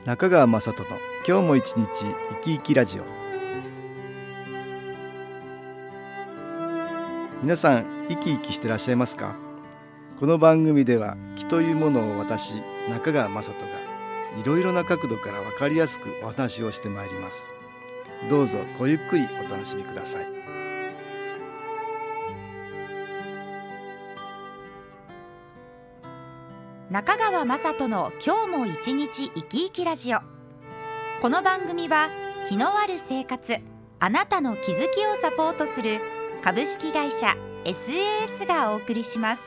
中川雅人の今日も一日生き生きラジオ。皆さん生き生きしてらっしゃいますか？この番組では気というものを私中川雅人がいろいろな角度から分かりやすくお話をしてまいります。どうぞごゆっくりお楽しみください。 中川雅人の今日も一日生き生きラジオ。この番組は気のある生活、あなたの気づきをサポートする株式会社 SAS がお送りします。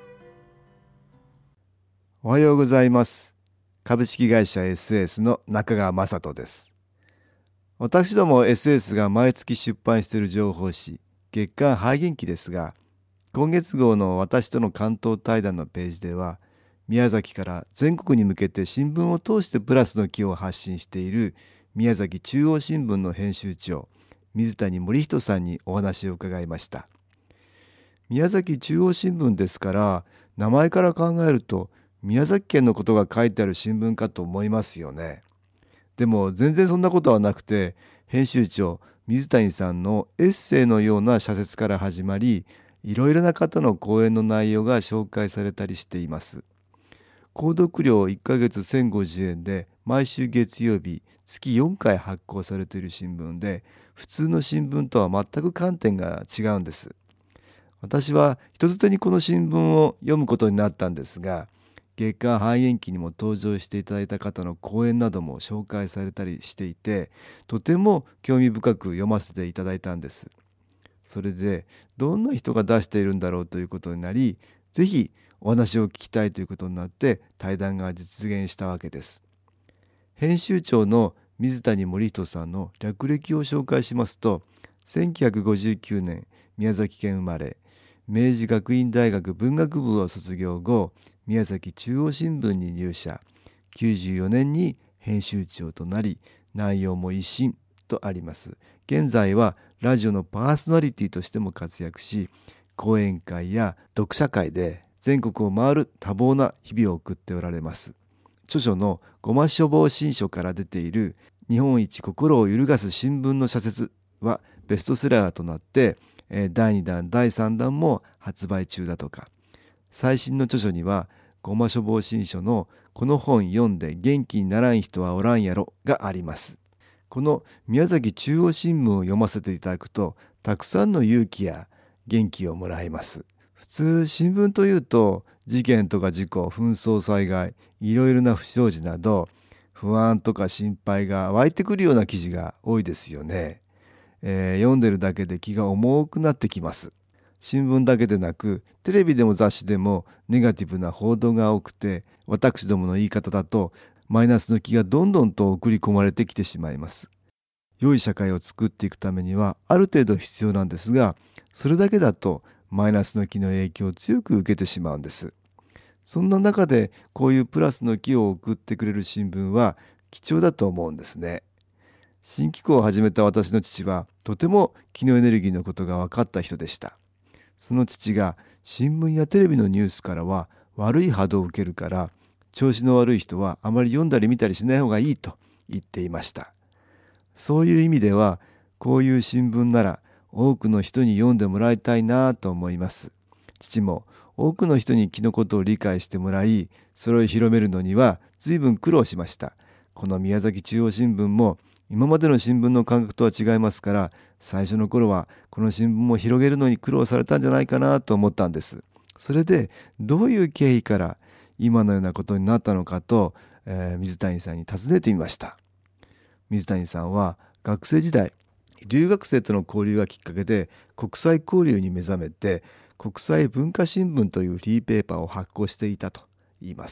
おはようございます。株式会社 SAS の中川雅人です。私ども SAS が毎月出版している情報誌月刊肺元気ですが、今月号の私との関東対談のページでは、宮崎から全国に向けて新聞を通してプラスの気を発信している宮崎中央新聞の編集長水谷森人さんにお話を伺いました。宮崎中央新聞ですから、名前から考えると宮崎県のことが書いてある新聞かと思いますよね。でも全然そんなことはなくて、編集長水谷さんのエッセイのような社説から始まり、いろいろな方の講演の内容が紹介されたりしています。購読料1ヶ月1050円で毎週月曜日月4回発行されている新聞で、普通の新聞とは全く観点が違うんです。私は人づてにこの新聞を読むことになったんですが、月刊肺元気にも登場していただいた方の講演なども紹介されたりしていて、とても興味深く読ませていただいたんです。それでどんな人が出しているんだろうということになり、ぜひお話を聞きたいということになって対談が実現したわけです。編集長の水谷森人さんの略歴を紹介しますと、1959年宮崎県生まれ、明治学院大学文学部を卒業後、宮崎中央新聞に入社、94年に編集長となり、内容も一新とあります。現在はラジオのパーソナリティとしても活躍し、講演会や読者会で全国を回る多忙な日々を送っておられます。著書のごま書房新書から出ている日本一心を揺るがす新聞の社説はベストセラーとなって、第2弾第3弾も発売中だとか、最新の著書にはごま書房新書のこの本読んで元気にならん人はおらんやろがあります。この宮崎中央新聞を読ませていただくと、たくさんの勇気や元気をもらえます。普通新聞というと、事件とか事故、紛争、災害、いろいろな不祥事など不安とか心配が湧いてくるような記事が多いですよね。読んでるだけで気が重くなってきます。新聞だけでなくテレビでも雑誌でもネガティブな報道が多くて、私どもの言い方だとマイナスの気がどんどんと送り込まれてきてしまいます。良い社会を作っていくためにはある程度必要なんですが、それだけだとマイナスの気の影響を強く受けてしまうんです。そんな中でこういうプラスの気を送ってくれる新聞は貴重だと思うんですね。新機構を始めた私の父はとても気のエネルギーのことが分かった人でした。その父が新聞やテレビのニュースからは悪い波動を受けるから、調子の悪い人はあまり読んだり見たりしない方がいいと言っていました。そういう意味ではこういう新聞なら多くの人に読んでもらいたいなと思います。父も多くの人に気のことを理解してもらい、それを広めるのには随分苦労しました。この宮崎中央新聞も今までの新聞の感覚とは違いますから、最初の頃はこの新聞も広げるのに苦労されたんじゃないかなと思ったんです。それでどういう経緯から今のようなことになったのかと、水谷さんに尋ねてみました。水谷さんは学生時代、留学生との交流がきっかけで国際交流に目覚めて、国際文化新聞というフリーペーパーを発行していたと言います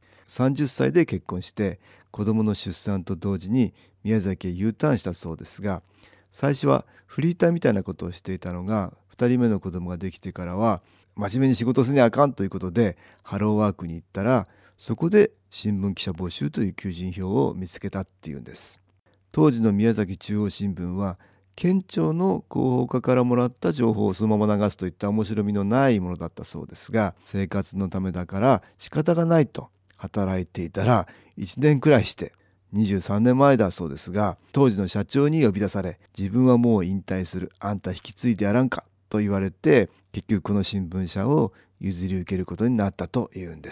。30歳で結婚して子供の出産と同時に宮崎へ U ターンしたそうですが、最初はフリーターみたいなことをしていたのが、2人目の子供ができてからは真面目に仕事せにあかんということでハローワークに行ったら、そこで新聞記者募集という求人票を見つけたっていうんです。当時の宮崎中央新聞は県庁の広報課からもらった情報をそのまま流すといった面白みのないものだったそうですが、生活のためだから仕方がないと働いていたら1年くらいして 23年前だそうですが、当時の社長に呼び出され、自分はもう引退する、あんた引き継いでやらんかと言われて、結局この新聞社を譲り受けることになったというんです。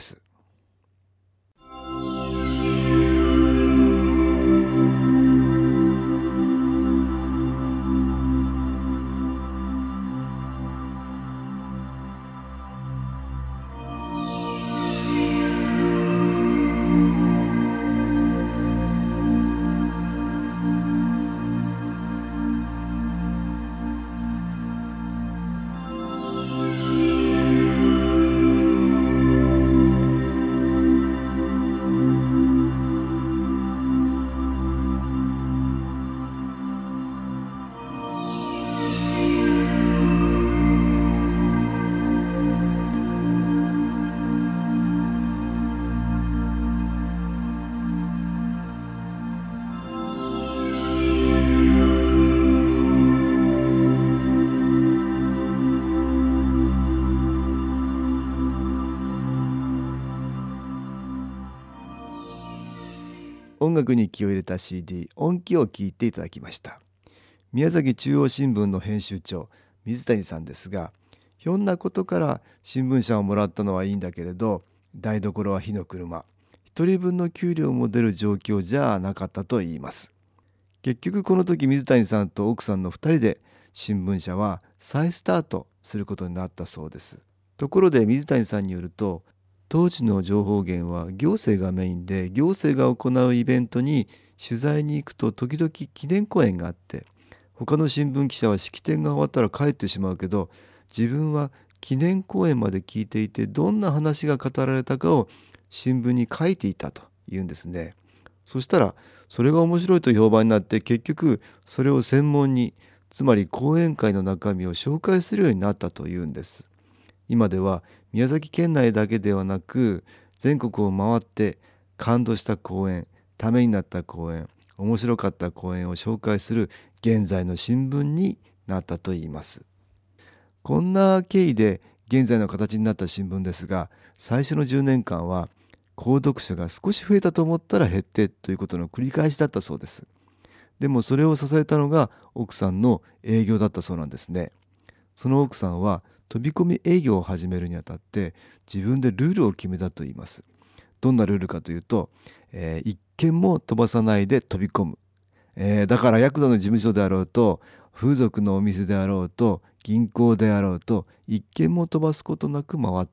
音楽に気を入れた CD 音気を聞いていただきました。宮崎中央新聞の編集長水谷さんですが、ひょんなことから新聞社をもらったのはいいんだけれど、台所は火の車、一人分の給料も出る状況じゃなかったと言います。結局この時水谷さんと奥さんの2人で新聞社は再スタートすることになったそうです。ところで水谷さんによると、当時の情報源は行政がメインで、行政が行うイベントに取材に行くと時々記念講演があって、他の新聞記者は式典が終わったら帰ってしまうけど、自分は記念講演まで聞いていて、どんな話が語られたかを新聞に書いていたというんですね。そしたらそれが面白いと評判になって、結局それを専門に、つまり講演会の中身を紹介するようになったというんです。今では宮崎県内だけではなく、全国を回って感動した講演、ためになった講演、面白かった講演を紹介する現在の新聞になったといいます。こんな経緯で現在の形になった新聞ですが、最初の10年間は購読者が少し増えたと思ったら減ってということの繰り返しだったそうです。でもそれを支えたのが奥さんの営業だったそうなんですね。その奥さんは飛び込み営業を始めるにあたって自分でルールを決めたといいます。どんなルールかというと、一件も飛ばさないで飛び込む、だからヤクザの事務所であろうと、風俗のお店であろうと、銀行であろうと、一件も飛ばすことなく回って、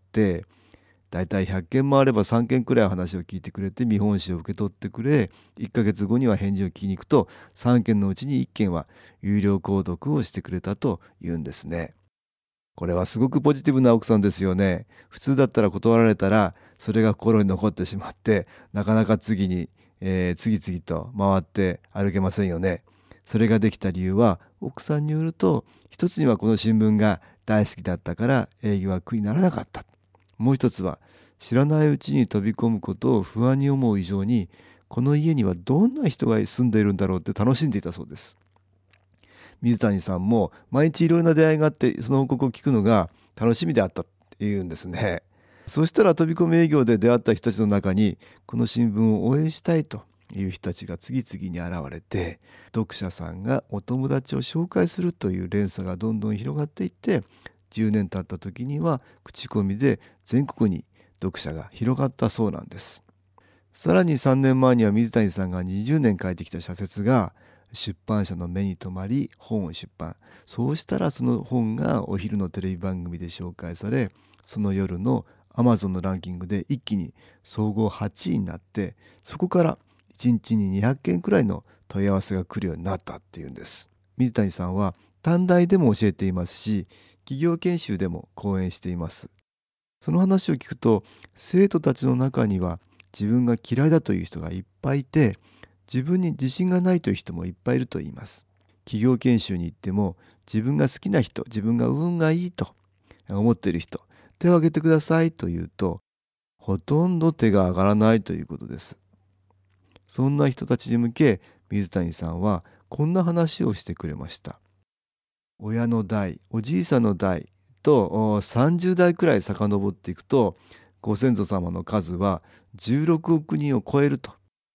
だいたい100件もあれば3件くらい話を聞いてくれて見本紙を受け取ってくれ、1ヶ月後には返事を聞きに行くと、3件のうちに1件は有料購読をしてくれたというんですね。これはすごくポジティブな奥さんですよね。普通だったら断られたらそれが心に残ってしまって、なかなか次々と回って歩けませんよね。それができた理由は、奥さんによると、一つにはこの新聞が大好きだったから営業は苦にならなかった。もう一つは、知らないうちに飛び込むことを不安に思う以上に、この家にはどんな人が住んでいるんだろうって楽しんでいたそうです。水谷さんも毎日いろいろな出会いがあって、その報告を聞くのが楽しみであったっていうんですね。そしたら飛び込み営業で出会った人たちの中に、この新聞を応援したいという人たちが次々に現れて、読者さんがお友達を紹介するという連鎖がどんどん広がっていって、10年経った時には口コミで全国に読者が広がったそうなんです。さらに3年前には水谷さんが20年書いてきた社説が出版社の目に留まり、本を出版。そうしたらその本がお昼のテレビ番組で紹介され、その夜の Amazon のランキングで一気に総合8位になって、そこから1日に200件くらいの問い合わせが来るようになったっていうんです。水谷さんは短大でも教えていますし、企業研修でも講演しています。その話を聞くと、生徒たちの中には自分が嫌いだという人がいっぱいいて、自分に自信がないという人もいっぱいいると言います。企業研修に行っても、自分が好きな人、自分が運がいいと思っている人、手を挙げてくださいと言うと、ほとんど手が上がらないということです。そんな人たちに向け、水谷さんはこんな話をしてくれました。親の代、おじいさんの代と30代くらい遡っていくと、ご先祖様の数は16億人を超えると。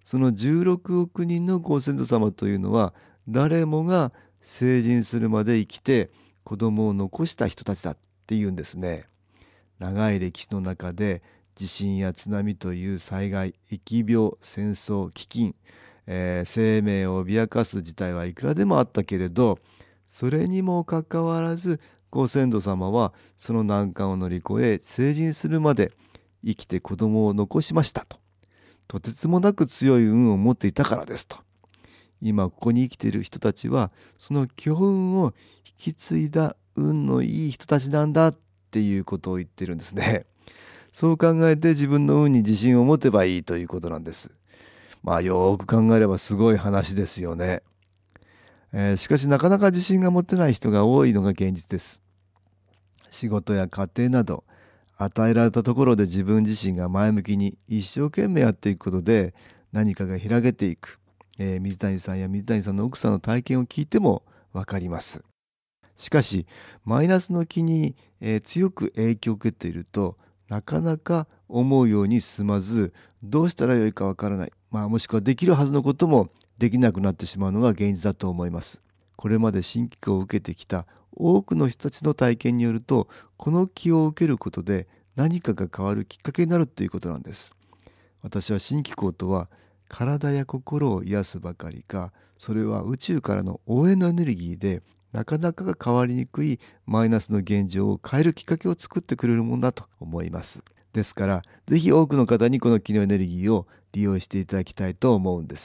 その16億人のご先祖様というのは、誰もが成人するまで生きて子供を残した人たちだっていうんですね。長い歴史の中で地震や津波という災害、疫病、戦争、飢饉、生命を脅かす事態はいくらでもあったけれど、それにもかかわらずご先祖様はその難関を乗り越え成人するまで生きて子供を残しましたとてつもなく強い運を持っていたからですと。今ここに生きている人たちはその強運を引き継いだ運のいい人たちなんだっていうことを言ってるんですね。そう考えて自分の運に自信を持てばいいということなんです。よく考えればすごい話ですよね。しかしなかなか自信が持てない人が多いのが現実です。仕事や家庭など与えられたところで自分自身が前向きに一生懸命やっていくことで何かが開けていく、水谷さんや水谷さんの奥さんの体験を聞いても分かります。しかしマイナスの気に、強く影響を受けているとなかなか思うように進まず、どうしたらよいかわからない、もしくはできるはずのこともできなくなってしまうのが現実だと思います。これまで新機構を受けてきた多くの人たちの体験によると、この気を受けることで何かが変わるきっかけになるということなんです。私は新機構とは体や心を癒すばかりか、それは宇宙からの応援のエネルギーでなかなかが変わりにくいマイナスの現状を変えるきっかけを作ってくれるものだと思います。ですからぜひ多くの方にこの気のエネルギーを利用していただきたいと思うんです。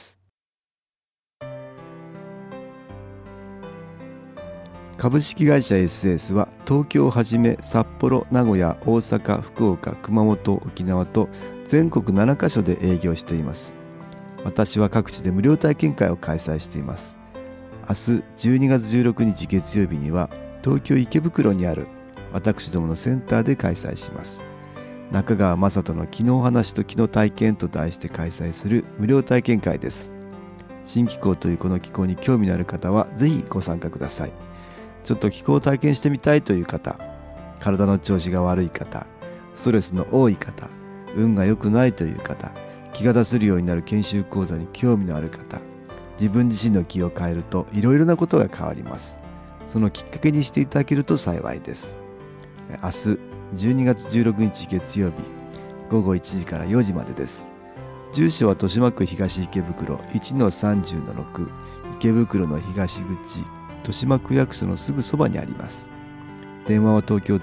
株式会社 SS は東京をはじめ札幌、名古屋、大阪、福岡、熊本、沖縄と全国7カ所で営業しています。私は各地で無料体験会を開催しています。明日12月16日月曜日には東京池袋にある私どものセンターで開催します。中川雅人の気の話と気の体験と題して開催する無料体験会です。新気候というこの気候に興味のある方はぜひご参加ください。ちょっと気候を体験してみたいという方、体の調子が悪い方、ストレスの多い方、運が良くないという方、気が出せるようになる研修講座に興味のある方、自分自身の気を変えるといろいろなことが変わります。そのきっかけにしていただけると幸いです。明日12月16日月曜日午後1時から4時までです。住所は豊島区東池袋 1-30-6 池袋の東口豊島区役所のすぐそばにあります。電話は東京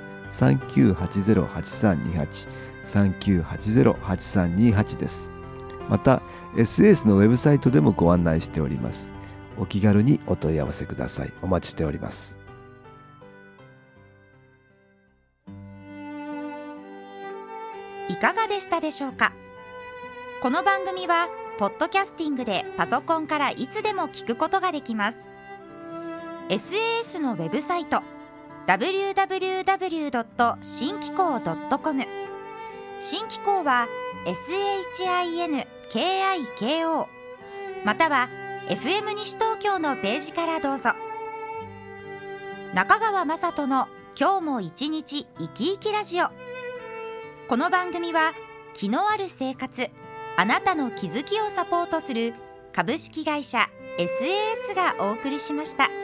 03-3980-8328 3980-8328 です。また SS のウェブサイトでもご案内しております。お気軽にお問い合わせください。お待ちしております。 いかがでしたでしょうか。この番組はポッドキャスティングでパソコンからいつでも聞くことができます。 SAS のウェブサイト www. 新機構 .com 新機構は SHINKIKO または FM 西東京のページからどうぞ。中川雅人の今日も一日生き生きラジオ。この番組は気のある生活、あなたの気づきをサポートする株式会社 SAS がお送りしました。